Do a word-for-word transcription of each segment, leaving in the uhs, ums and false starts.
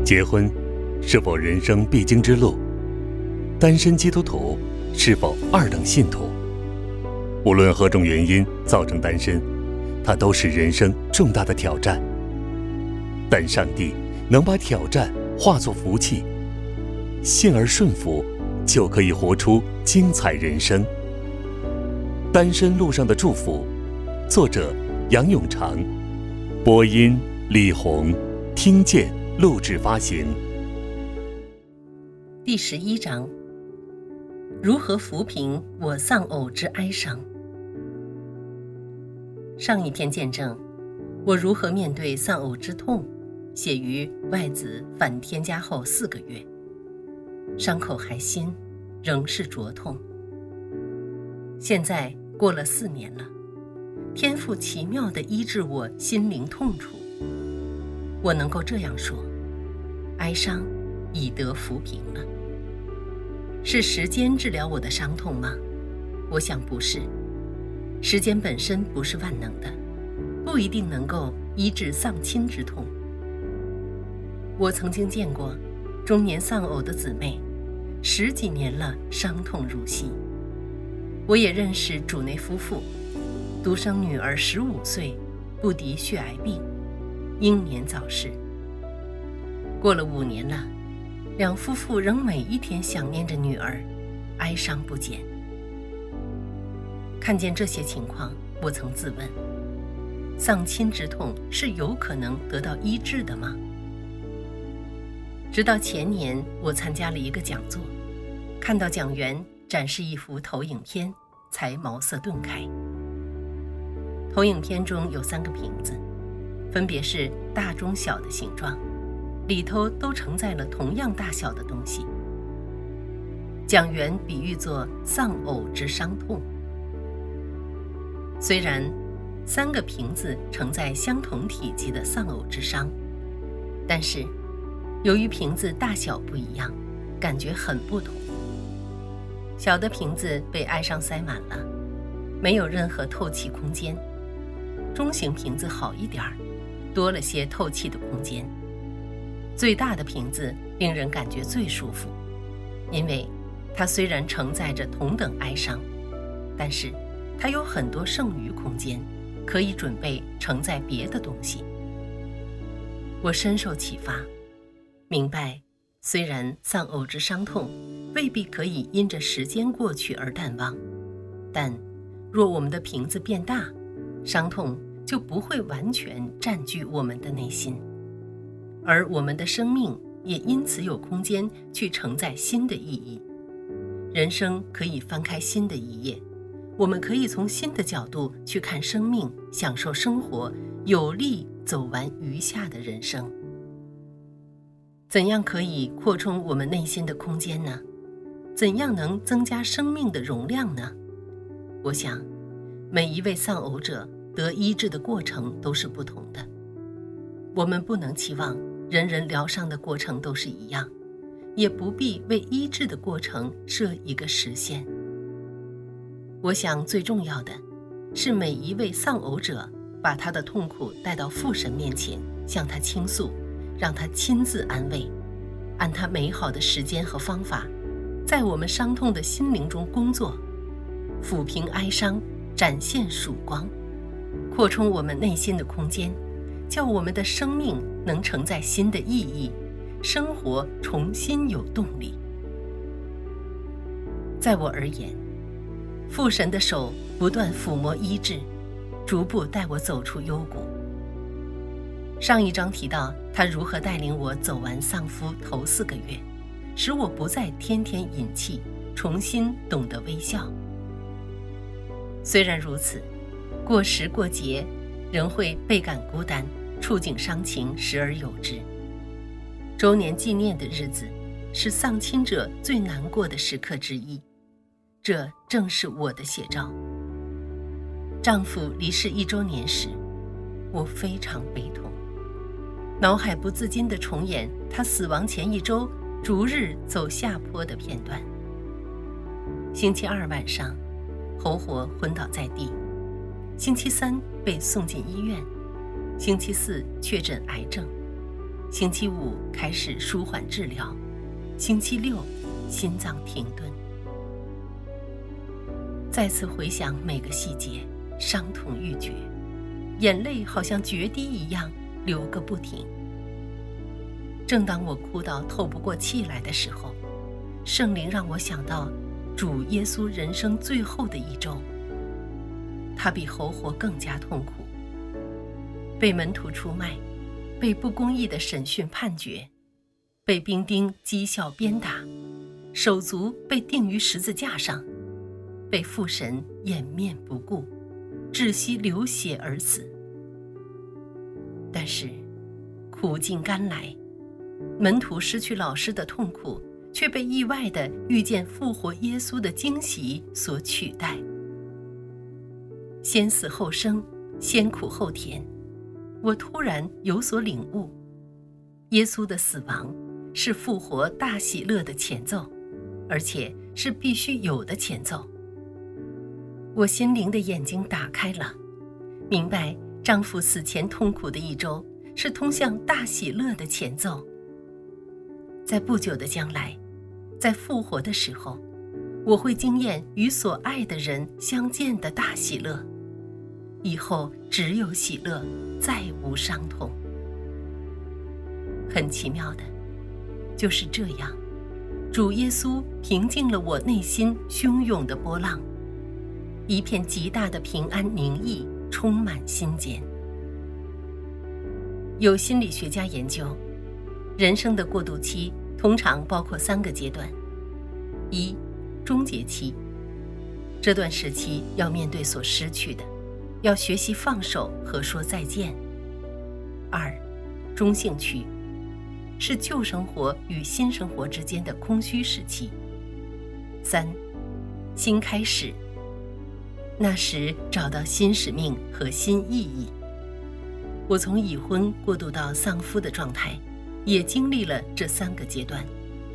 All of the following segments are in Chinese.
结婚是否人生必经之路？单身基督徒是否二等信徒？无论何种原因造成单身，它都是人生重大的挑战。但上帝能把挑战化作福气，信而顺服，就可以活出精彩人生。单身路上的祝福，作者杨永长，播音李红，听见录制发行。 第十一章，如何抚平我丧偶之哀伤。上一篇见证我如何面对丧偶之痛，写于外子返天家后四个月，伤口还新，仍是灼痛。现在过了四年了，天父奇妙地医治我心灵痛楚。我能够这样说，哀伤已得抚平了。是时间治疗我的伤痛吗？我想不是。时间本身不是万能的，不一定能够医治丧亲之痛。我曾经见过中年丧偶的姊妹，十几年了伤痛如昔。我也认识主内夫妇，独生女儿十五岁，不敌血癌病，英年早逝。过了五年了，两夫妇仍每一天想念着女儿，哀伤不减。看见这些情况，我曾自问，丧亲之痛是有可能得到医治的吗？直到前年，我参加了一个讲座，看到讲员展示一幅投影片，才茅塞顿开。投影片中有三个瓶子，分别是大中小的形状，里头都承载了同样大小的东西。讲员比喻作丧偶之伤痛。虽然三个瓶子承载相同体积的丧偶之伤，但是由于瓶子大小不一样，感觉很不同。小的瓶子被哀伤塞满了，没有任何透气空间。中型瓶子好一点儿，多了些透气的空间。最大的瓶子令人感觉最舒服，因为它虽然承载着同等哀伤，但是它有很多剩余空间，可以准备承载别的东西。我深受启发，明白虽然丧偶之伤痛未必可以因着时间过去而淡忘，但若我们的瓶子变大，伤痛就不会完全占据我们的内心，而我们的生命也因此有空间去承载新的意义。人生可以翻开新的一页，我们可以从新的角度去看生命，享受生活，有力走完余下的人生。怎样可以扩充我们内心的空间呢？怎样能增加生命的容量呢？我想，每一位丧偶者得医治的过程都是不同的。我们不能期望人人疗伤的过程都是一样，也不必为医治的过程设一个时限。我想最重要的是每一位丧偶者把他的痛苦带到父神面前，向他倾诉，让他亲自安慰，按他美好的时间和方法，在我们伤痛的心灵中工作，抚平哀伤，展现曙光，扩充我们内心的空间，叫我们的生命能承载新的意义，生活重新有动力。在我而言，父神的手不断抚摸医治，逐步带我走出幽谷。上一章提到他如何带领我走完丧夫头四个月，使我不再天天饮气，重新懂得微笑。虽然如此，过时过节仍会倍感孤单，触景伤情，时而有之。周年纪念的日子是丧亲者最难过的时刻之一，这正是我的写照。丈夫离世一周年时，我非常悲痛，脑海不自禁地重演他死亡前一周逐日走下坡的片段。星期二晚上活活昏倒在地，星期三被送进医院，星期四确诊癌症， 星期五开始舒缓治疗，星期六心脏停顿。再次回想每个细节，伤痛欲绝，眼泪好像决堤一样流个不停。正当我哭到透不过气来的时候，圣灵让我想到主耶稣人生最后的一周，他比活活更加痛苦，被门徒出卖，被不公义的审讯判决，被兵丁讥笑鞭打，手足被钉于十字架上，被父神掩面不顾，窒息流血而死。但是苦尽甘来，门徒失去老师的痛苦，却被意外地遇见复活耶稣的惊喜所取代。先死后生，先苦后甜，我突然有所领悟，耶稣的死亡是复活大喜乐的前奏，而且是必须有的前奏。我心灵的眼睛打开了，明白丈夫死前痛苦的一周是通向大喜乐的前奏。在不久的将来，在复活的时候，我会经验与所爱的人相见的大喜乐，以后只有喜乐，再无伤痛。很奇妙的，就是这样，主耶稣平静了我内心汹涌的波浪，一片极大的平安宁逸充满心间。有心理学家研究，人生的过渡期通常包括三个阶段：一、终结期，这段时期要面对所失去的，要学习放手和说再见；二、中性期，是旧生活与新生活之间的空虚时期；三、新开始，那时找到新使命和新意义。我从已婚过渡到丧夫的状态，也经历了这三个阶段。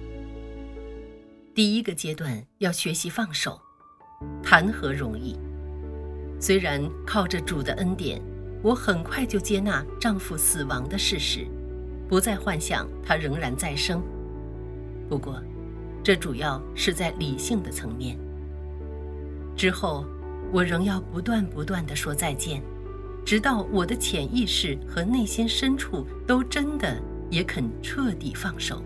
第一个阶段要学习放手，谈何容易？虽然靠着主的恩典，我很快就接纳丈夫死亡的事实，不再幻想他仍然在生。不过，这主要是在理性的层面。之后，我仍要不断不断地说再见，直到我的潜意识和内心深处都真的也肯彻底放手。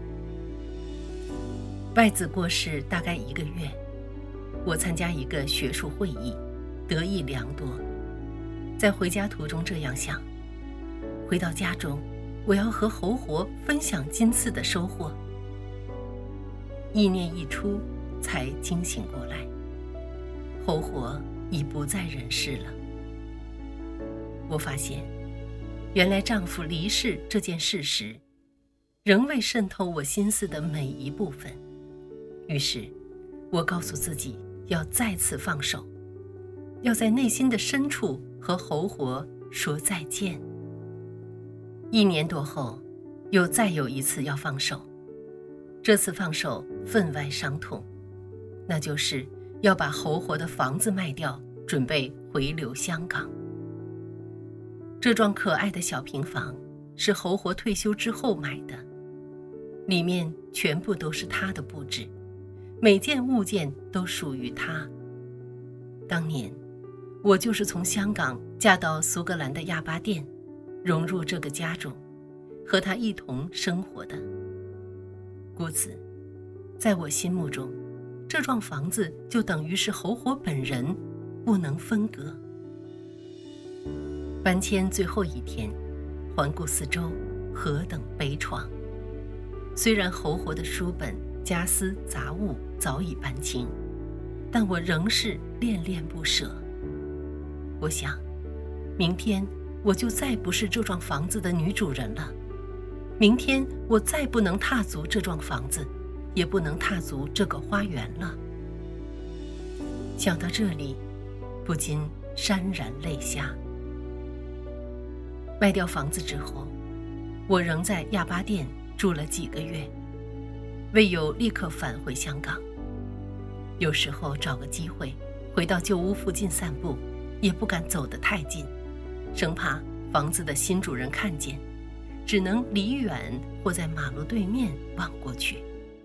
外子过世大概一个月，我参加一个学术会议，得益良多。在回家途中这样想，回到家中，我要和侯活分享今次的收获。意念一出，才惊醒过来，侯活已不在人世了。我发现，原来丈夫离世这件事实，仍未渗透我心思的每一部分。于是，我告诉自己要再次放手，要在内心的深处和侯活说再见。一年多后，又再有一次要放手，这次放手分外伤痛，那就是要把侯活的房子卖掉，准备回流香港。这幢可爱的小平房是侯活退休之后买的，里面全部都是他的布置，每件物件都属于他。当年，我就是从香港嫁到苏格兰的亚巴甸，融入这个家中，和他一同生活的。故此，在我心目中，这幢房子就等于是侯活本人，不能分割。搬迁最后一天，环顾四周，何等悲怆！虽然侯活的书本、家私、杂物早已搬清，但我仍是恋恋不舍。我想，明天我就再不是这幢房子的女主人了。明天我再不能踏足这幢房子，也不能踏足这个花园了。想到这里，不禁潸然泪下。卖掉房子之后，我仍在亚巴甸住了几个月，未有立刻返回香港。有时候找个机会回到旧屋附近散步，也不敢走得太近，生怕房子的新主人看见， 只能离远或在马路对面望过去。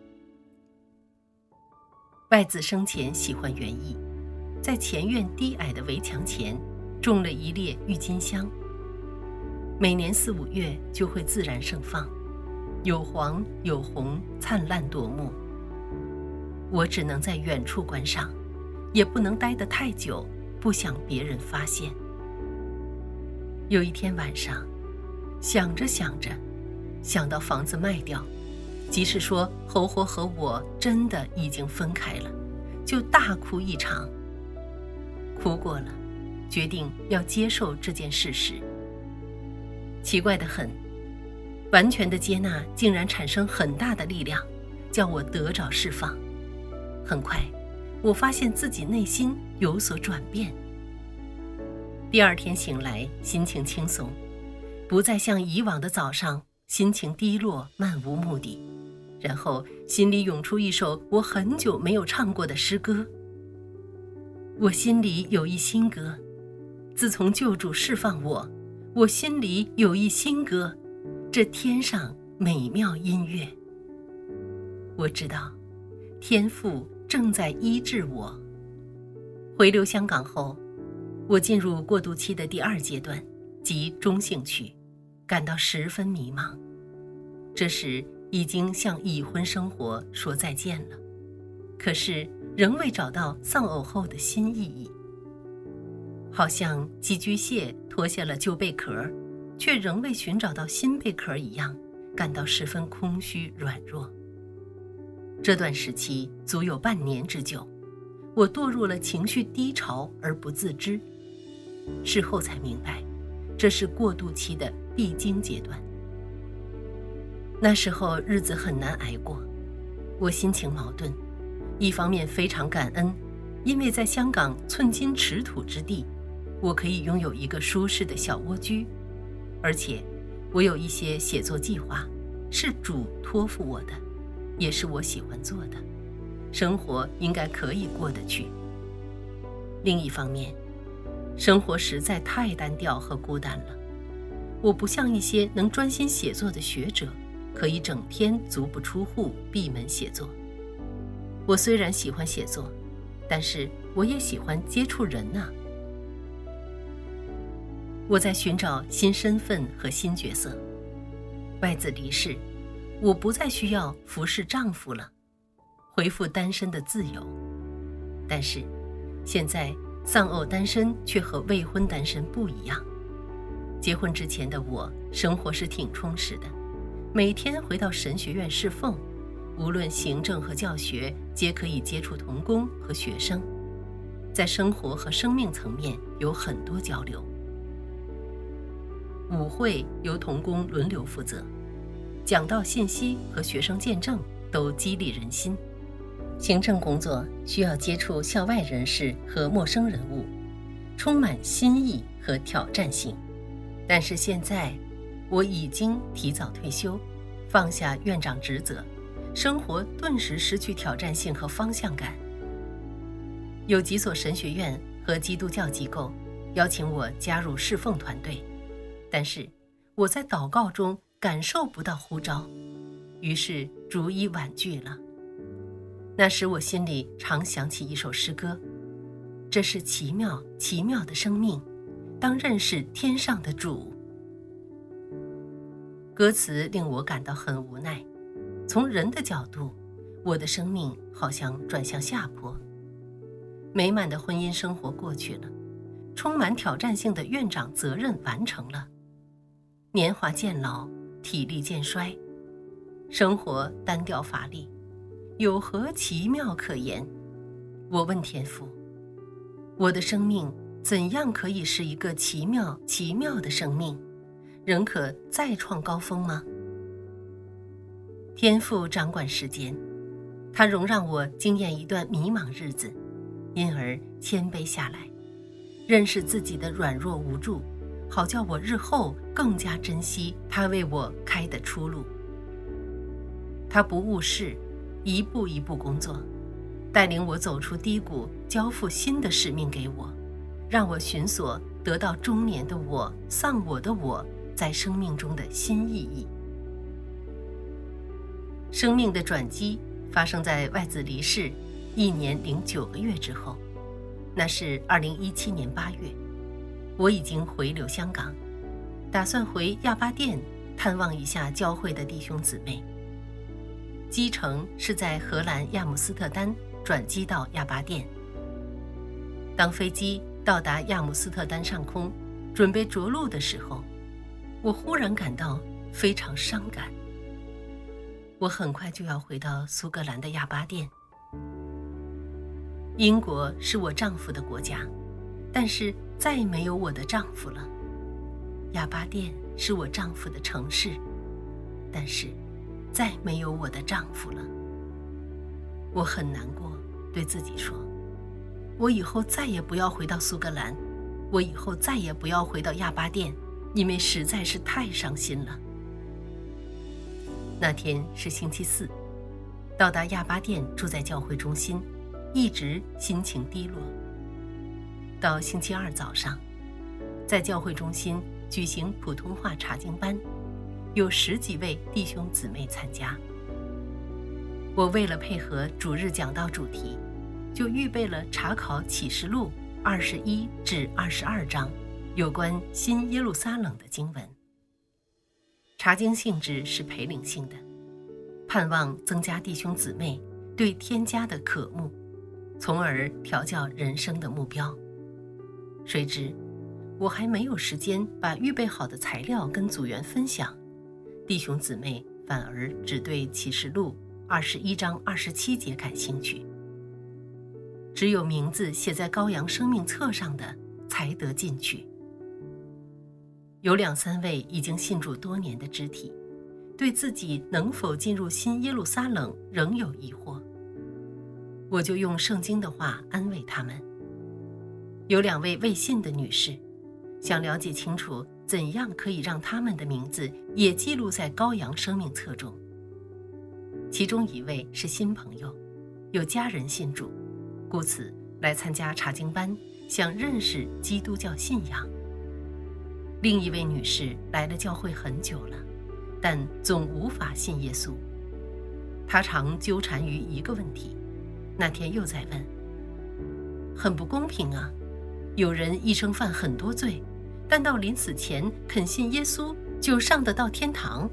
外子生前喜欢园艺，在前院低矮的围墙前种了一列郁金香，每年四五月就会自然盛放，有黄有红，灿烂夺目。我只能在远处观赏，也不能待得太久，不想别人发现。有一天晚上，想着想着，想到房子卖掉，即是说侯活和我真的已经分开了，就大哭一场。哭过了，决定要接受这件事实。奇怪得很，完全的接纳竟然产生很大的力量，叫我得着释放。很快，我发现自己内心有所转变。第二天醒来，心情轻松，不再像以往的早上心情低落，漫无目的，然后心里涌出一首我很久没有唱过的诗歌。我心里有一新歌，自从救主释放我，我心里有一新歌，这天上美妙音乐。我知道天父正在医治我。回流香港后，我进入过渡期的第二阶段，即中性区，感到十分迷茫。这时已经向已婚生活说再见了，可是仍未找到丧偶后的新意义。好像寄居蟹脱下了旧贝壳，却仍未寻找到新贝壳一样，感到十分空虚软弱。这段时期足有半年之久，我堕入了情绪低潮而不自知。事后才明白，这是过渡期的必经阶段。那时候日子很难挨过，我心情矛盾，一方面非常感恩，因为在香港寸金尺土之地，我可以拥有一个舒适的小蜗居，而且我有一些写作计划，是主托付我的，也是我喜欢做的，生活应该可以过得去。另一方面，生活实在太单调和孤单了，我不像一些能专心写作的学者，可以整天足不出户闭门写作。我虽然喜欢写作，但是我也喜欢接触人啊。我在寻找新身份和新角色。外子离世，我不再需要服侍丈夫了，恢复单身的自由。但是现在丧偶单身却和未婚单身不一样。结婚之前的我，生活是挺充实的，每天回到神学院侍奉，无论行政和教学，皆可以接触同工和学生，在生活和生命层面有很多交流。舞会由同工轮流负责，讲道信息和学生见证都激励人心。行政工作需要接触校外人士和陌生人物，充满新意和挑战性。但是现在我已经提早退休，放下院长职责，生活顿时失去挑战性和方向感。有几所神学院和基督教机构邀请我加入侍奉团队，但是我在祷告中感受不到呼召，于是逐一婉拒了。那时我心里常想起一首诗歌，这是奇妙奇妙的生命，当认识天上的主。歌词令我感到很无奈，从人的角度，我的生命好像转向下坡。美满的婚姻生活过去了，充满挑战性的院长责任完成了，年华渐老，体力渐衰，生活单调乏力，有何奇妙可言？我问天父，我的生命怎样可以是一个奇妙奇妙的生命，仍可再创高峰吗？天父掌管时间，他容让我经验一段迷茫日子，因而谦卑下来，认识自己的软弱无助，好叫我日后更加珍惜他为我开的出路。他不误事，一步一步工作，带领我走出低谷，交付新的使命给我，让我寻索得到中年的我、丧我的我在生命中的新意义。生命的转机发生在外子离世一年零九个月之后，那是二零一七年八月，我已经回流香港，打算回亚巴甸探望一下教会的弟兄姊妹。机程是在荷兰亚姆斯特丹转机到亚巴甸。当飞机到达亚姆斯特丹上空，准备着陆的时候，我忽然感到非常伤感。我很快就要回到苏格兰的亚巴甸。英国是我丈夫的国家，但是再没有我的丈夫了。亚巴甸是我丈夫的城市，但是再没有我的丈夫了。我很难过，对自己说，我以后再也不要回到苏格兰，我以后再也不要回到亚巴甸，因为实在是太伤心了。那天是星期四，到达亚巴甸，住在教会中心，一直心情低落。到星期二早上，在教会中心举行普通话查经班，有十几位弟兄姊妹参加。我为了配合主日讲道主题，就预备了查考启示录二十一至二十二章有关新耶路撒冷的经文。查经性质是培灵性的，盼望增加弟兄姊妹对天家的渴慕，从而调教人生的目标。谁知我还没有时间把预备好的材料跟组员分享，弟兄姊妹反而只对启示录二十一章二十七节感兴趣。只有名字写在羔羊生命册上的才得进去。有两三位已经信主多年的肢体，对自己能否进入新耶路撒冷仍有疑惑。我就用圣经的话安慰他们。有两位未信的女士，想了解清楚怎样可以让他们的名字也记录在羔羊生命册中。其中一位是新朋友，有家人信主，故此来参加查经班，想认识基督教信仰。另一位女士来了教会很久了，但总无法信耶稣。她常纠缠于一个问题，那天又在问，很不公平啊，有人一生犯很多罪，但到临死前肯信耶稣就上得到天堂。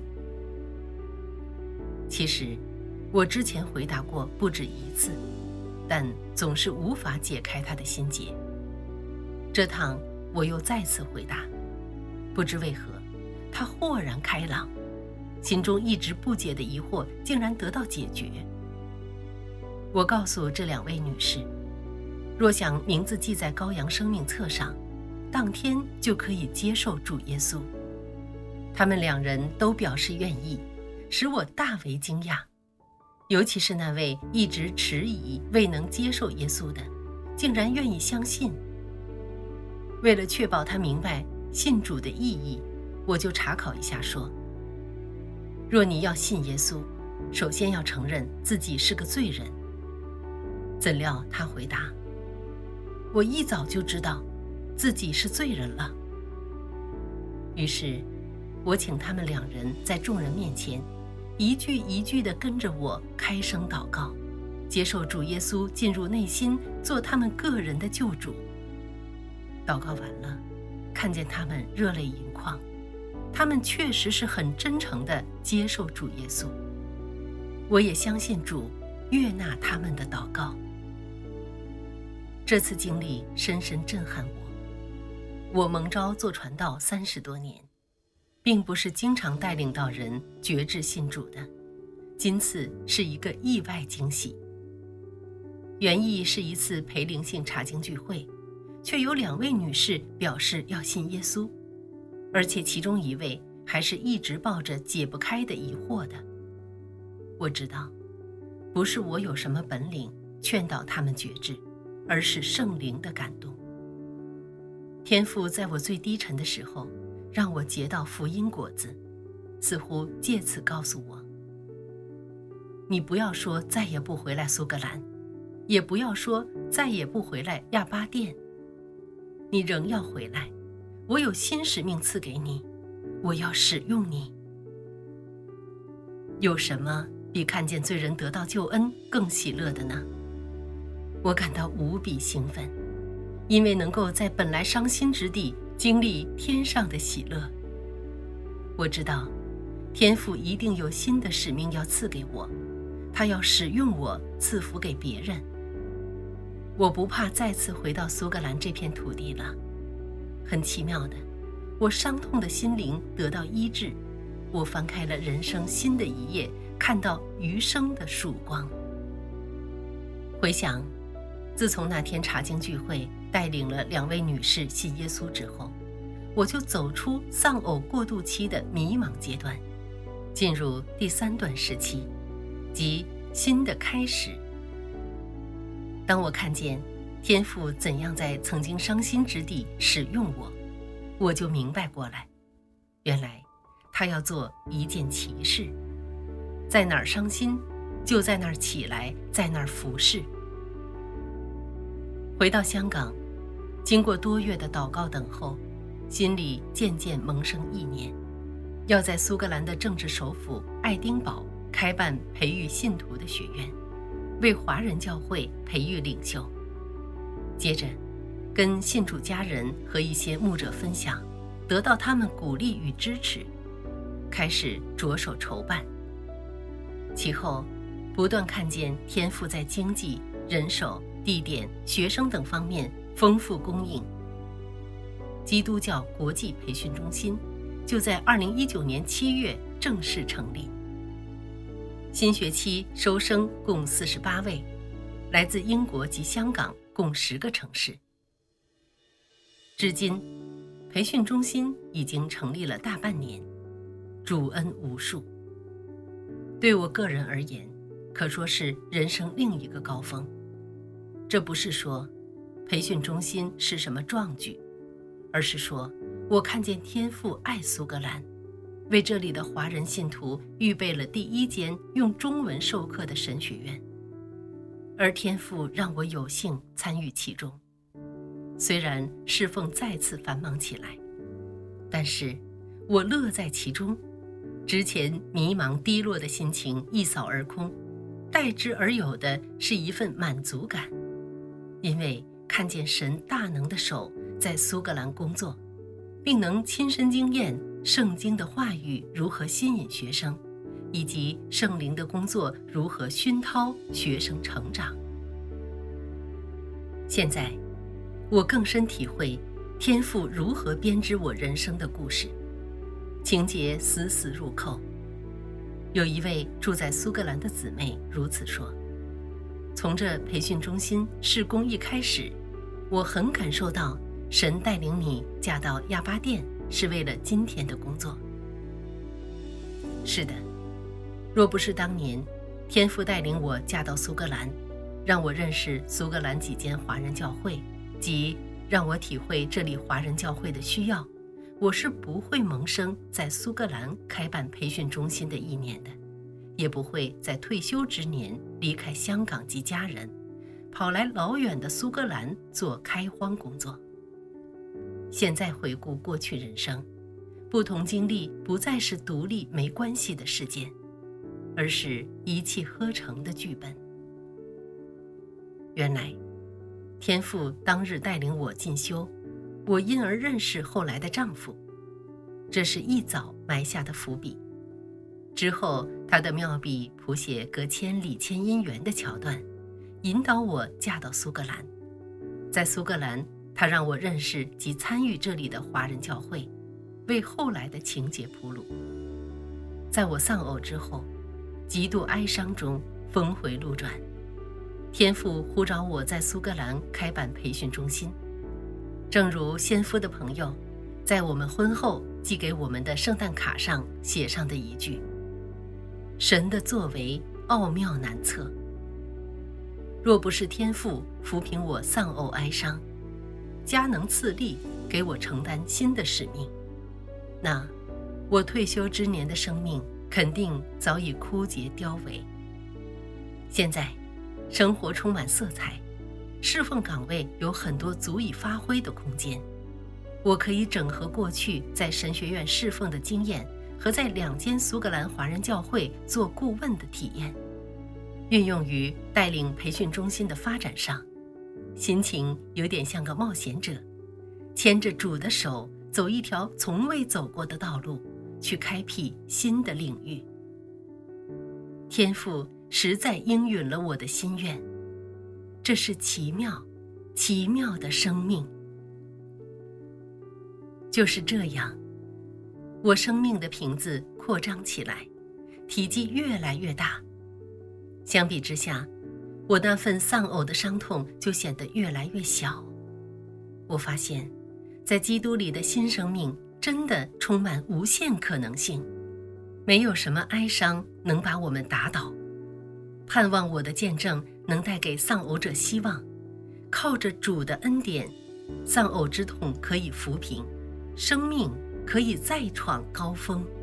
其实我之前回答过不止一次，但总是无法解开他的心结。这趟我又再次回答，不知为何他豁然开朗，心中一直不解的疑惑竟然得到解决。我告诉这两位女士，若想名字记在羔羊生命册上，当天就可以接受主耶稣。他们两人都表示愿意，使我大为惊讶。尤其是那位一直迟疑未能接受耶稣的，竟然愿意相信。为了确保他明白信主的意义，我就查考一下说，若你要信耶稣，首先要承认自己是个罪人。怎料他回答，我一早就知道自己是罪人了。于是我请他们两人在众人面前一句一句地跟着我开声祷告，接受主耶稣进入内心，做他们个人的救主。祷告完了，看见他们热泪盈眶，他们确实是很真诚地接受主耶稣。我也相信主悦纳他们的祷告。这次经历深深震撼我。我蒙召做传道三十多年，并不是经常带领到人决志信主的，今次是一个意外惊喜。原意是一次培灵性查经聚会，却有两位女士表示要信耶稣，而且其中一位还是一直抱着解不开的疑惑的。我知道，不是我有什么本领劝导他们决志，而是圣灵的感动。天父在我最低沉的时候让我结到福音果子，似乎借此告诉我，你不要说再也不回来苏格兰，也不要说再也不回来亚巴甸，你仍要回来，我有新使命赐给你， 我要使用你。有什么比看见罪人得到救恩更喜乐的呢？我感到无比兴奋，因为能够在本来伤心之地经历天上的喜乐。我知道天父一定有新的使命要赐给我，他要使用我赐福给别人。我不怕再次回到苏格兰这片土地了。很奇妙的，我伤痛的心灵得到医治，我翻开了人生新的一页，看到余生的曙光。回想自从那天查经聚会带领了两位女士信耶稣之后，我就走出丧偶过渡期的迷茫阶段，进入第三段时期，即新的开始。当我看见天父怎样在曾经伤心之地使用我，我就明白过来，原来他要做一件奇事，在哪儿伤心就在那儿起来，在那儿服侍。回到香港，经过多月的祷告等候，心里渐渐萌生意念，要在苏格兰的政治首府爱丁堡开办培育信徒的学院，为华人教会培育领袖。接着跟信主家人和一些牧者分享，得到他们鼓励与支持，开始着手筹办。其后不断看见天父在经济、人手、地点、学生等方面丰富供应。基督教国际培训中心就在二零一九年七月正式成立。新学期收生共四十八位，来自英国及香港共十个城市。至今，培训中心已经成立了大半年，主恩无数。对我个人而言，可说是人生另一个高峰。这不是说培训中心是什么壮举，而是说我看见天父爱苏格兰，为这里的华人信徒预备了第一间用中文授课的神学院，而天父让我有幸参与其中。虽然侍奉再次繁忙起来，但是我乐在其中。之前迷茫低落的心情一扫而空，代之而有的是一份满足感，因为看见神大能的手在苏格兰工作，并能亲身经验圣经的话语如何吸引学生，以及圣灵的工作如何熏陶学生成长。现在我更深体会天父如何编织我人生的故事，情节丝丝入扣。有一位住在苏格兰的姊妹如此说：从这培训中心事工一开始，我很感受到神带领你嫁到亚巴甸是为了今天的工作。是的，若不是当年天父带领我嫁到苏格兰，让我认识苏格兰几间华人教会，即让我体会这里华人教会的需要，我是不会萌生在苏格兰开办培训中心的意念的，也不会在退休之年离开香港及家人，跑来老远的苏格兰做开荒工作。现在回顾过去人生，不同经历不再是独立没关系的事件，而是一气呵成的剧本。原来天父当日带领我进修，我因而认识后来的丈夫，这是一早埋下的伏笔。之后他的妙笔谱写隔千里千姻缘的桥段，引导我嫁到苏格兰。在苏格兰，他让我认识及参与这里的华人教会，为后来的情节铺路。在我丧偶之后，极度哀伤中峰回路转，天父呼召我在苏格兰开办培训中心。正如先夫的朋友在我们婚后寄给我们的圣诞卡上写上的一句：神的作为奥妙难测。若不是天父抚平我丧偶哀伤，加能赐力给我承担新的使命，那我退休之年的生命肯定早已枯竭凋萎。现在生活充满色彩，侍奉岗位有很多足以发挥的空间。 我可以整合过去在神学院侍奉的经验和在两间苏格兰华人教会做顾问的体验，运用于带领培训中心的发展上，心情有点像个冒险者，牵着主的手走一条从未走过的道路，去开辟新的领域。天父实在应允了我的心愿，这是奇妙奇妙的生命。就是这样，我生命的瓶子扩张起来，体积越来越大。相比之下，我那份丧偶的伤痛就显得越来越小。我发现，在基督里的新生命真的充满无限可能性，没有什么哀伤能把我们打倒。盼望我的见证能带给丧偶者希望，靠着主的恩典，丧偶之痛可以抚平，生命可以再创高峰。